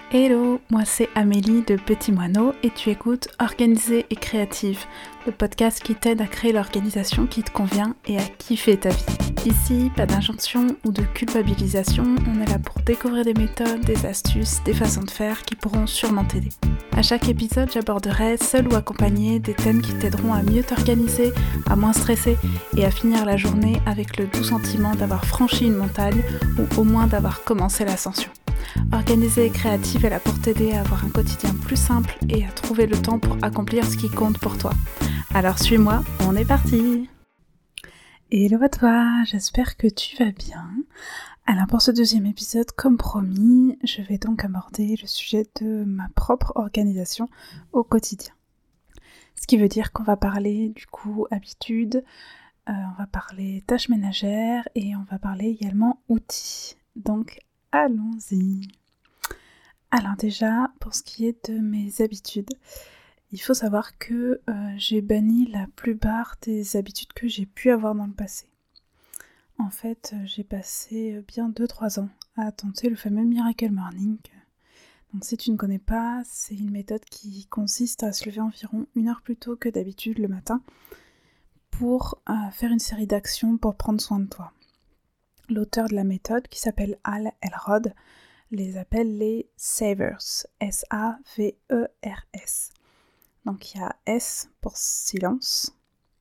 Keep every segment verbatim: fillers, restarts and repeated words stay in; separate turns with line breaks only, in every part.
Hello, moi c'est Amélie de Petit Moineau et tu écoutes Organisée et Créative, le podcast qui t'aide à créer l'organisation qui te convient et à kiffer ta vie. Ici, pas d'injonction ou de culpabilisation, on est là pour découvrir des méthodes, des astuces, des façons de faire qui pourront sûrement t'aider. À chaque épisode, j'aborderai, seul ou accompagné, des thèmes qui t'aideront à mieux t'organiser, à moins stresser et à finir la journée avec le doux sentiment d'avoir franchi une montagne ou au moins d'avoir commencé l'ascension. Organisée et créative est là pour t'aider à avoir un quotidien plus simple et à trouver le temps pour accomplir ce qui compte pour toi. Alors suis-moi, on est parti! Hello à toi, j'espère que tu vas bien. Alors pour ce deuxième épisode, comme promis, je vais donc aborder le sujet de ma propre organisation au quotidien. Ce qui veut dire qu'on va parler du coup habitudes, euh, on va parler tâches ménagères et on va parler également outils. Donc allons-y. Alors déjà, pour ce qui est de mes habitudes, il faut savoir que euh, j'ai banni la plupart des habitudes que j'ai pu avoir dans le passé. En fait, j'ai passé bien deux trois ans à tenter le fameux Miracle Morning. Donc si tu ne connais pas, c'est une méthode qui consiste à se lever environ une heure plus tôt que d'habitude le matin pour euh, faire une série d'actions pour prendre soin de toi. L'auteur de la méthode, qui s'appelle Hal Elrod, les appelle les Savers, S A V E R S. Donc il y a S pour silence,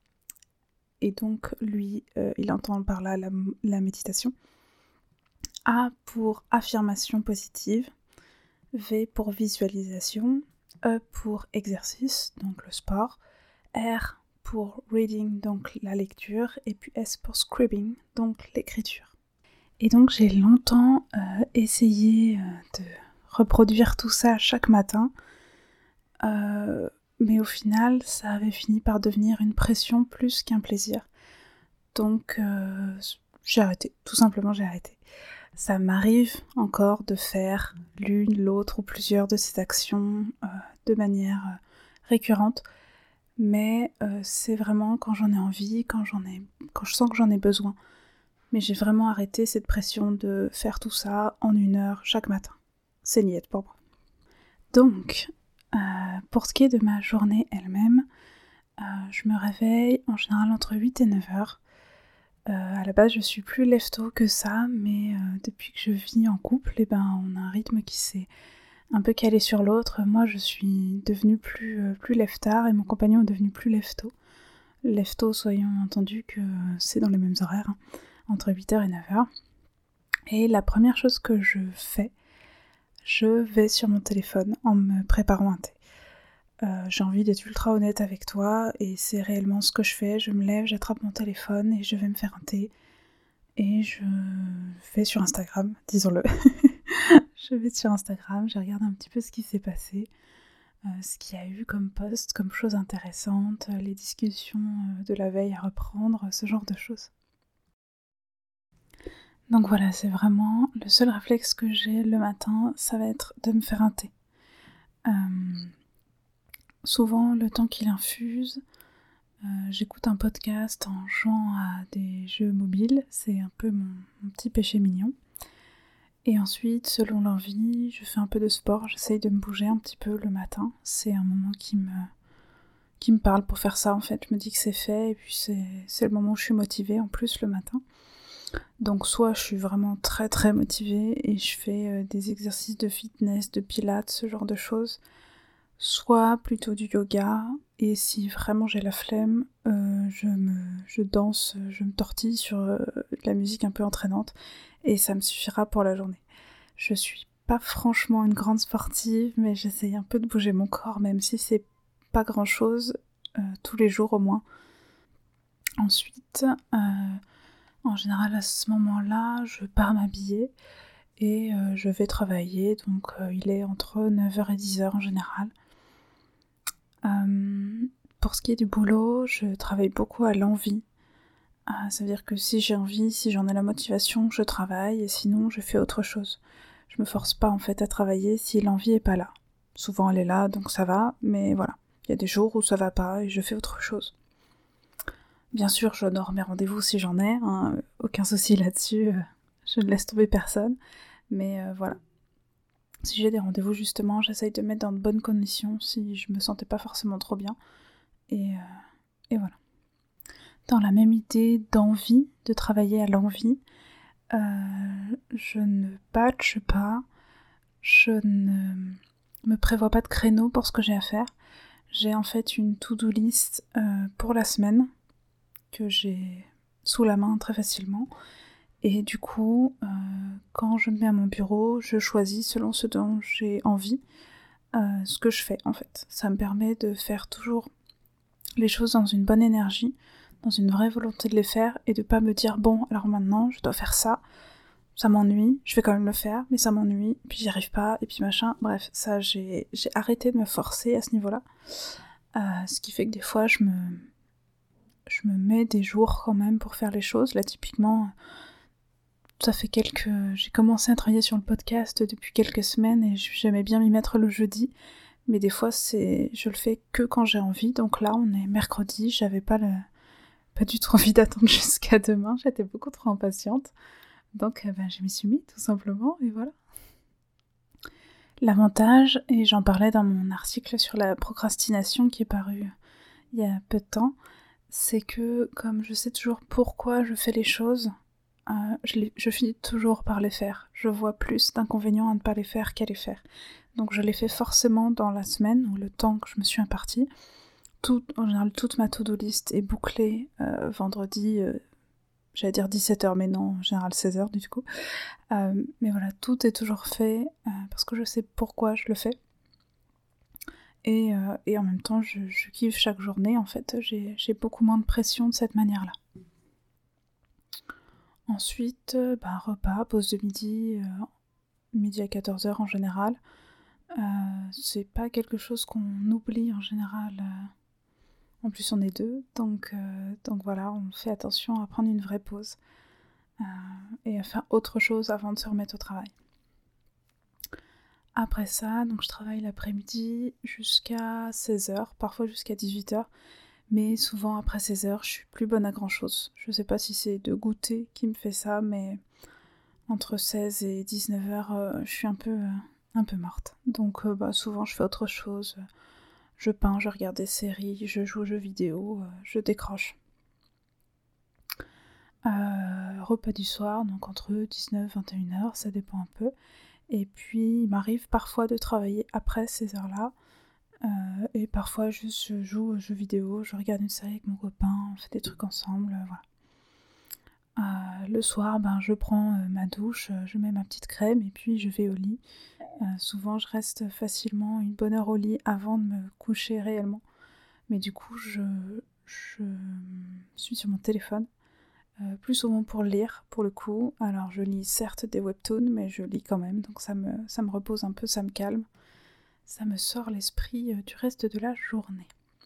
et donc lui, euh, il entend par là la, la méditation. A pour affirmation positive, V pour visualisation, E pour exercice, donc le sport, R pour reading, donc la lecture, et puis S pour scribbing, donc l'écriture. Et donc j'ai longtemps euh, essayé euh, de reproduire tout ça chaque matin, euh, mais au final ça avait fini par devenir une pression plus qu'un plaisir. Donc euh, j'ai arrêté, tout simplement j'ai arrêté. Ça m'arrive encore de faire l'une, l'autre ou plusieurs de ces actions euh, de manière euh, récurrente, mais euh, c'est vraiment quand j'en ai envie, quand, j'en ai, quand je sens que j'en ai besoin. Mais j'ai vraiment arrêté cette pression de faire tout ça en une heure chaque matin. C'est niette pour moi. Donc, euh, pour ce qui est de ma journée elle-même, euh, je me réveille en général entre huit et neuf heures. Euh, à la base, je suis plus lève-tôt que ça, mais euh, depuis que je vis en couple, eh ben, on a un rythme qui s'est un peu calé sur l'autre. Moi, je suis devenue plus, euh, plus lève-tard et mon compagnon est devenu plus lève-tôt. Lève-tôt, soyons entendus que c'est dans les mêmes horaires, hein, entre huit heures et neuf heures. Et la première chose que je fais, je vais sur mon téléphone en me préparant un thé. Euh, j'ai envie d'être ultra honnête avec toi et c'est réellement ce que je fais. Je me lève, j'attrape mon téléphone et je vais me faire un thé. Et je vais sur Instagram, disons-le. Je vais sur Instagram, je regarde un petit peu ce qui s'est passé, euh, ce qu'il y a eu comme post, comme choses intéressantes, les discussions de la veille à reprendre, ce genre de choses. Donc voilà, c'est vraiment le seul réflexe que j'ai le matin, ça va être de me faire un thé. Euh, souvent, le temps qu'il infuse, euh, j'écoute un podcast en jouant à des jeux mobiles, c'est un peu mon, mon petit péché mignon. Et ensuite, selon l'envie, je fais un peu de sport, j'essaye de me bouger un petit peu le matin. C'est un moment qui me, qui me parle pour faire ça en fait. Je me dis que c'est fait et puis c'est, c'est le moment où je suis motivée en plus le matin. Donc soit je suis vraiment très très motivée et je fais euh, des exercices de fitness, de pilates, ce genre de choses, soit plutôt du yoga, et si vraiment j'ai la flemme, euh, je, me, je danse, je me tortille sur euh, de la musique un peu entraînante, et ça me suffira pour la journée. Je suis pas franchement une grande sportive, mais j'essaye un peu de bouger mon corps, même si c'est pas grand chose, euh, tous les jours au moins. Ensuite, euh, en général, à ce moment-là, je pars m'habiller et euh, je vais travailler. Donc, euh, il est entre neuf heures et dix heures en général. Euh, pour ce qui est du boulot, je travaille beaucoup à l'envie. Euh, ça veut dire que si j'ai envie, si j'en ai la motivation, je travaille, et sinon, je fais autre chose. Je me force pas en fait à travailler si l'envie est pas là. Souvent, elle est là, donc ça va, mais voilà. Il y a des jours où ça va pas et je fais autre chose. Bien sûr, j'honore mes rendez-vous si j'en ai, hein, aucun souci là-dessus, euh, je ne laisse tomber personne, mais euh, voilà. Si j'ai des rendez-vous justement, j'essaye de mettre dans de bonnes conditions si je me sentais pas forcément trop bien. Et, euh, et voilà. Dans la même idée d'envie, de travailler à l'envie, euh, je ne batche pas, je ne me prévois pas de créneau pour ce que j'ai à faire. J'ai en fait une to-do list euh, pour la semaine que j'ai sous la main très facilement. Et du coup, euh, quand je me mets à mon bureau, je choisis selon ce dont j'ai envie euh, ce que je fais en fait. Ça me permet de faire toujours les choses dans une bonne énergie, dans une vraie volonté de les faire et de pas me dire bon alors maintenant je dois faire ça, ça m'ennuie, je vais quand même le faire, mais ça m'ennuie, puis j'y arrive pas, et puis machin, bref, ça j'ai, j'ai arrêté de me forcer à ce niveau-là. Euh, ce qui fait que des fois je me, je me mets des jours quand même pour faire les choses. Là typiquement, ça fait quelques... J'ai commencé à travailler sur le podcast depuis quelques semaines et j'aimais bien m'y mettre le jeudi. Mais des fois, c'est... je le fais que quand j'ai envie. Donc là, on est mercredi, j'avais pas, le... pas du tout envie d'attendre jusqu'à demain. J'étais beaucoup trop impatiente. Donc euh, ben, je m'y suis mis, tout simplement, et voilà. L'avantage, et j'en parlais dans mon article sur la procrastination qui est paru il y a peu de temps, c'est que comme je sais toujours pourquoi je fais les choses, Euh, je, les, je finis toujours par les faire. Je vois plus d'inconvénients à ne pas les faire qu'à les faire. Donc je les fais forcément dans la semaine ou le temps que je me suis imparti. Tout, en général, toute ma to-do list est bouclée euh, vendredi, euh, j'allais dire dix-sept heures, mais non, en général seize heures du coup. Euh, mais voilà, tout est toujours fait euh, parce que je sais pourquoi je le fais. Et, euh, et en même temps, je, je kiffe chaque journée. En fait, j'ai, j'ai beaucoup moins de pression de cette manière-là. Ensuite, bah, repas, pause de midi, euh, midi à quatorze heures en général. Euh, c'est pas quelque chose qu'on oublie en général. Euh, en plus, on est deux, donc, euh, donc voilà, on fait attention à prendre une vraie pause euh, et à faire autre chose avant de se remettre au travail. Après ça, donc je travaille l'après-midi jusqu'à seize heures, parfois jusqu'à dix-huit heures. Mais souvent après seize heures, je suis plus bonne à grand chose. Je sais pas si c'est de goûter qui me fait ça, mais entre seize et dix-neuf heures, euh, je suis un peu, euh, un peu morte. Donc euh, bah, souvent je fais autre chose. Je peins, je regarde des séries, je joue aux jeux vidéo, euh, je décroche. Euh, repas du soir, donc entre dix-neuf et vingt et une heures, ça dépend un peu. Et puis il m'arrive parfois de travailler après ces heures-là. Euh, et parfois juste je joue aux jeux vidéo, je regarde une série avec mon copain, on fait des trucs ensemble, euh, voilà. Euh, le soir, ben, je prends euh, ma douche, euh, je mets ma petite crème et puis je vais au lit. Euh, souvent je reste facilement une bonne heure au lit avant de me coucher réellement. Mais du coup je, je suis sur mon téléphone, euh, plus souvent pour lire pour le coup. Alors je lis certes des webtoons mais je lis quand même, donc ça me, ça me repose un peu, ça me calme. Ça me sort l'esprit du reste de la journée.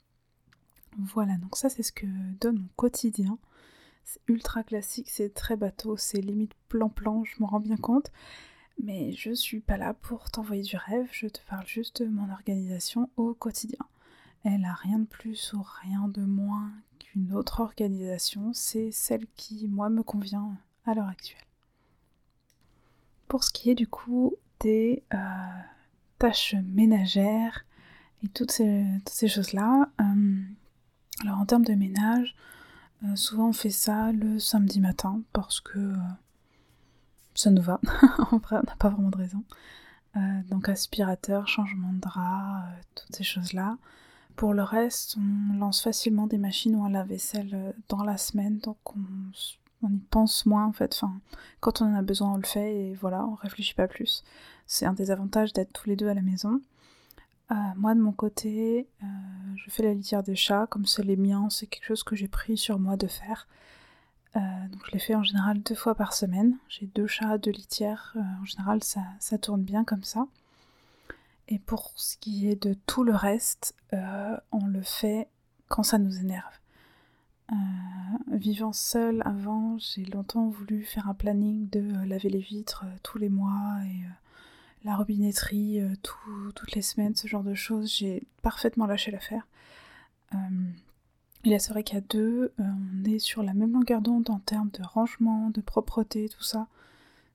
Voilà, donc ça c'est ce que donne mon quotidien. C'est ultra classique, c'est très bateau, c'est limite plan-plan, je m'en rends bien compte. Mais je suis pas là pour t'envoyer du rêve, je te parle juste de mon organisation au quotidien. Elle a rien de plus ou rien de moins qu'une autre organisation, c'est celle qui, moi, me convient à l'heure actuelle. Pour ce qui est du coup des... Euh, tâches ménagères et toutes ces, toutes ces choses-là. Euh, alors en termes de ménage, euh, souvent on fait ça le samedi matin parce que euh, ça nous va. En vrai, on n'a pas vraiment de raison. Euh, donc aspirateur, changement de drap, euh, toutes ces choses-là. Pour le reste, on lance facilement des machines ou un lave-vaisselle dans la semaine, donc on, on y pense moins en fait. Enfin, quand on en a besoin, on le fait et voilà, on réfléchit pas plus. C'est un des avantages d'être tous les deux à la maison. Euh, moi, de mon côté, euh, je fais la litière des chats, comme c'est les miens, c'est quelque chose que j'ai pris sur moi de faire. Euh, donc je les fais en général deux fois par semaine. J'ai deux chats, deux litières, euh, en général ça, ça tourne bien comme ça. Et pour ce qui est de tout le reste, euh, on le fait quand ça nous énerve. Euh, vivant seule avant, j'ai longtemps voulu faire un planning de euh, laver les vitres euh, tous les mois et euh, la robinetterie euh, tout, toutes les semaines, ce genre de choses. J'ai parfaitement lâché l'affaire. Euh, et là, c'est vrai qu'à deux, euh, on est sur la même longueur d'onde en termes de rangement, de propreté, tout ça.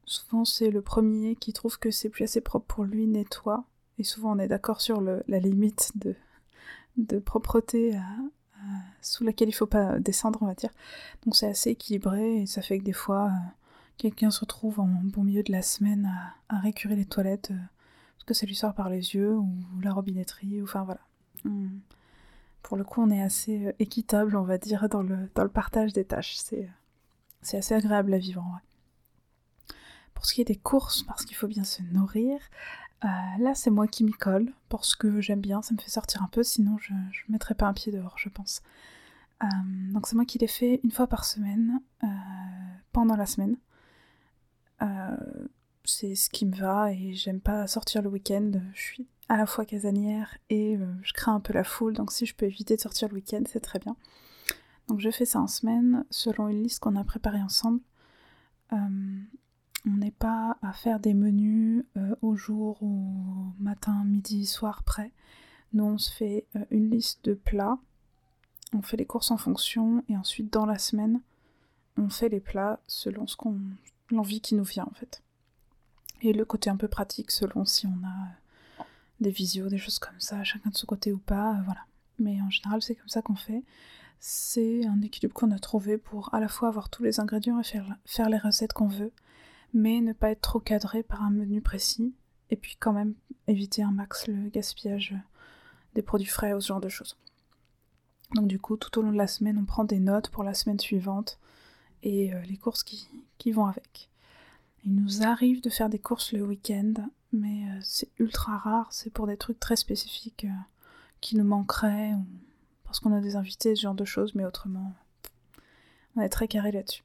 souvent c'est le premier qui trouve que c'est plus assez propre pour lui, nettoie. Et souvent on est d'accord sur le, la limite de, de propreté à, à, sous laquelle il faut pas descendre, on va dire. Donc c'est assez équilibré et ça fait que des fois, euh, quelqu'un se retrouve en bon milieu de la semaine à, à récurer les toilettes euh, parce que ça lui sort par les yeux, ou la robinetterie, ou enfin voilà. Hum. Pour le coup, on est assez équitable, on va dire, dans le, dans le partage des tâches. C'est, c'est assez agréable à vivre, en vrai. Pour ce qui est des courses, parce qu'il faut bien se nourrir, euh, là, c'est moi qui m'y colle, parce que j'aime bien, ça me fait sortir un peu, sinon je ne mettrais pas un pied dehors, je pense. Euh, donc c'est moi qui les fais une fois par semaine, euh, pendant la semaine. Euh, c'est ce qui me va, et j'aime pas sortir le week-end. Je suis à la fois casanière et euh, je crains un peu la foule, donc si je peux éviter de sortir le week-end, c'est très bien. Donc je fais ça en semaine, selon une liste qu'on a préparée ensemble. Euh, on n'est pas à faire des menus euh, au jour, au matin, midi, soir près. Nous on se fait euh, une liste de plats, on fait les courses en fonction, et ensuite dans la semaine, on fait les plats selon ce qu'on, l'envie qui nous vient en fait. Et le côté un peu pratique selon si on a des visios, des choses comme ça, chacun de son côté ou pas, euh, voilà. Mais en général, c'est comme ça qu'on fait. C'est un équilibre qu'on a trouvé pour à la fois avoir tous les ingrédients et faire, faire les recettes qu'on veut, mais ne pas être trop cadré par un menu précis, et puis quand même éviter un max le gaspillage des produits frais ou ce genre de choses. Donc du coup, tout au long de la semaine, on prend des notes pour la semaine suivante, et euh, les courses qui, qui vont avec. Il nous arrive de faire des courses le week-end, mais euh, c'est ultra rare, c'est pour des trucs très spécifiques euh, qui nous manqueraient, ou parce qu'on a des invités, ce genre de choses, mais autrement, on est très carré là-dessus.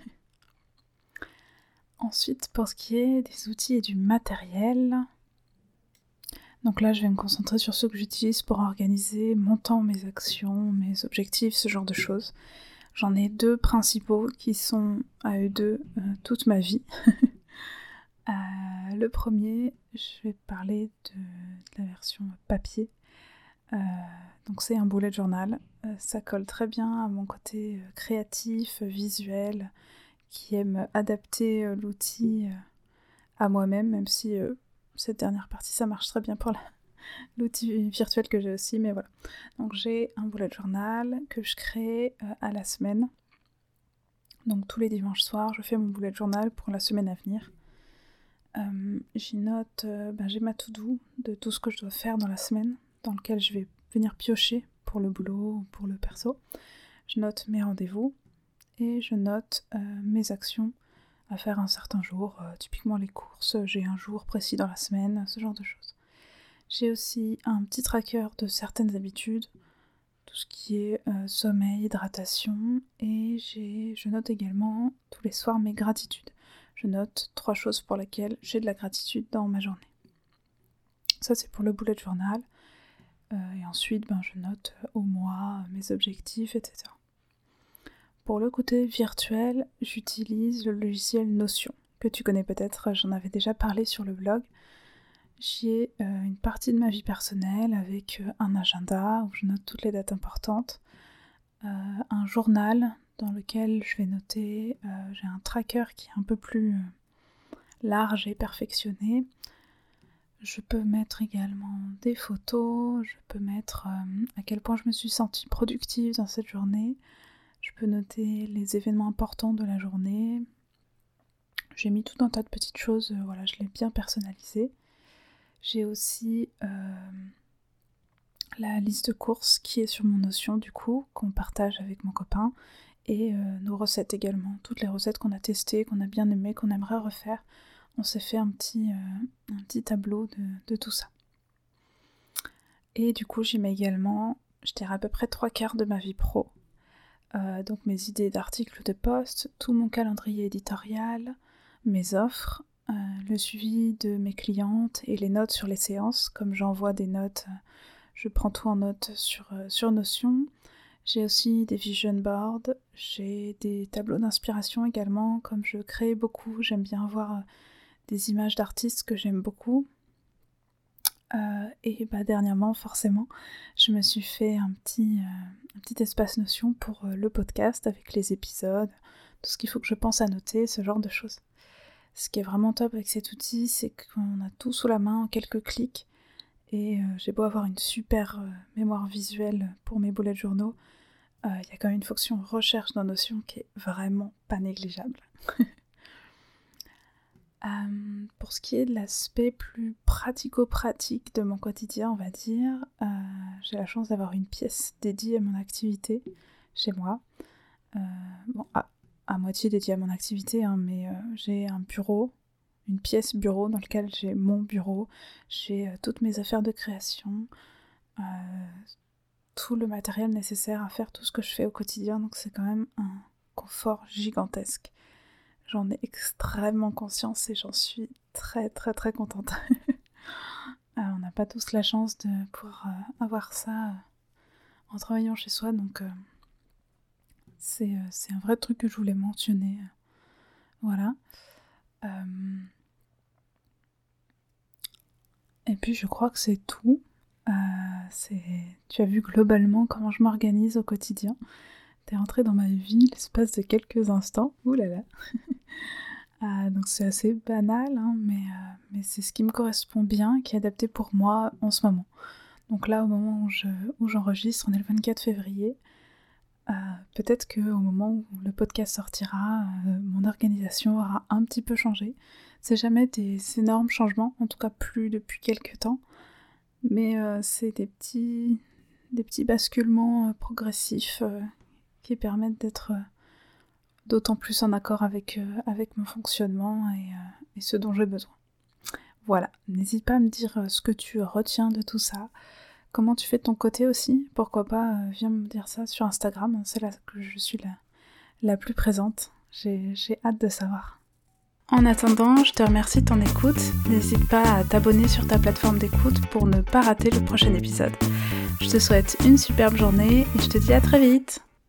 Ensuite, pour ce qui est des outils et du matériel, donc là je vais me concentrer sur ceux que j'utilise pour organiser mon temps, mes actions, mes objectifs, ce genre de choses. J'en ai deux principaux qui sont à eux deux euh, toute ma vie. euh, le premier, je vais parler de, de la version papier. Euh, donc c'est un bullet journal. Euh, ça colle très bien à mon côté euh, créatif, visuel, qui aime adapter euh, l'outil euh, à moi-même, même si euh, cette dernière partie ça marche très bien pour la... l'outil virtuel que j'ai aussi, mais voilà. Donc j'ai un bullet journal que je crée euh, à la semaine. Donc tous les dimanches soirs, je fais mon bullet journal pour la semaine à venir. Euh, j'y note, euh, ben, j'ai ma to-do de tout ce que je dois faire dans la semaine, dans lequel je vais venir piocher pour le boulot ou pour le perso. Je note mes rendez-vous et je note euh, mes actions à faire un certain jour. Euh, typiquement les courses, j'ai un jour précis dans la semaine, ce genre de choses. J'ai aussi un petit tracker de certaines habitudes, tout ce qui est euh, sommeil, hydratation, et j'ai, je note également tous les soirs mes gratitudes. Je note trois choses pour lesquelles j'ai de la gratitude dans ma journée. Ça c'est pour le bullet journal. Euh, et ensuite, ben, je note au mois mes objectifs, et cetera. Pour le côté virtuel, j'utilise le logiciel Notion, que tu connais peut-être, j'en avais déjà parlé sur le blog. J'y ai euh, une partie de ma vie personnelle avec euh, un agenda où je note toutes les dates importantes, euh, un journal dans lequel je vais noter, euh, j'ai un tracker qui est un peu plus euh, large et perfectionné. Je peux mettre également des photos, je peux mettre euh, à quel point je me suis sentie productive dans cette journée, je peux noter les événements importants de la journée. J'ai mis tout un tas de petites choses, euh, voilà, je l'ai bien personnalisé. J'ai aussi euh, la liste de courses qui est sur mon Notion du coup, qu'on partage avec mon copain, et euh, nos recettes également, toutes les recettes qu'on a testées, qu'on a bien aimées, qu'on aimerait refaire. On s'est fait un petit, euh, un petit tableau de, de tout ça. Et du coup j'y mets également, je dirais à peu près trois quarts de ma vie pro. Euh, donc mes idées d'articles de post, tout mon calendrier éditorial, mes offres, euh, le suivi de mes clientes et les notes sur les séances. Comme j'envoie des notes, euh, je prends tout en note sur, euh, sur Notion. J'ai aussi des vision boards, j'ai des tableaux d'inspiration également, comme je crée beaucoup, j'aime bien voir euh, des images d'artistes que j'aime beaucoup. Euh, et bah, dernièrement, forcément, je me suis fait un petit, euh, un petit espace Notion pour euh, le podcast avec les épisodes, tout ce qu'il faut que je pense à noter, ce genre de choses. Ce qui est vraiment top avec cet outil, c'est qu'on a tout sous la main en quelques clics. Et euh, j'ai beau avoir une super euh, mémoire visuelle pour mes bullet journaux, il euh, y a quand même une fonction recherche dans Notion qui est vraiment pas négligeable. Euh, pour ce qui est de l'aspect plus pratico-pratique de mon quotidien, on va dire, euh, j'ai la chance d'avoir une pièce dédiée à mon activité chez moi. Euh, bon, à, à moitié dédiée à mon activité, hein, mais euh, j'ai un bureau, une pièce bureau dans laquelle j'ai mon bureau, j'ai euh, toutes mes affaires de création, euh, tout le matériel nécessaire à faire tout ce que je fais au quotidien, donc c'est quand même un confort gigantesque. J'en ai extrêmement conscience et j'en suis très très très contente. euh, on n'a pas tous la chance de pouvoir euh, avoir ça euh, en travaillant chez soi, donc euh, c'est, euh, c'est un vrai truc que je voulais mentionner. Voilà. Euh... Et puis je crois que c'est tout. Euh, c'est... Tu as vu globalement comment je m'organise au quotidien. T'es rentré dans ma vie l'espace de quelques instants. Ouh là là. euh, donc c'est assez banal, hein, mais, euh, mais c'est ce qui me correspond bien, qui est adapté pour moi en ce moment. Donc là, au moment où, je, où j'enregistre, on est le vingt-quatre février. Euh, peut-être qu'au moment où le podcast sortira, euh, mon organisation aura un petit peu changé. C'est jamais des énormes changements, en tout cas plus depuis quelques temps. Mais euh, c'est des petits, des petits basculements euh, progressifs euh, qui permettent d'être euh, d'autant plus en accord avec, euh, avec mon fonctionnement et, euh, et ce dont j'ai besoin. Voilà, n'hésite pas à me dire euh, ce que tu retiens de tout ça, comment tu fais de ton côté aussi, pourquoi pas, euh, viens me dire ça sur Instagram, c'est là que je suis la, la plus présente, j'ai, j'ai hâte de savoir. En attendant, je te remercie de ton écoute, n'hésite pas à t'abonner sur ta plateforme d'écoute pour ne pas rater le prochain épisode. Je te souhaite une superbe journée et je te dis à très vite.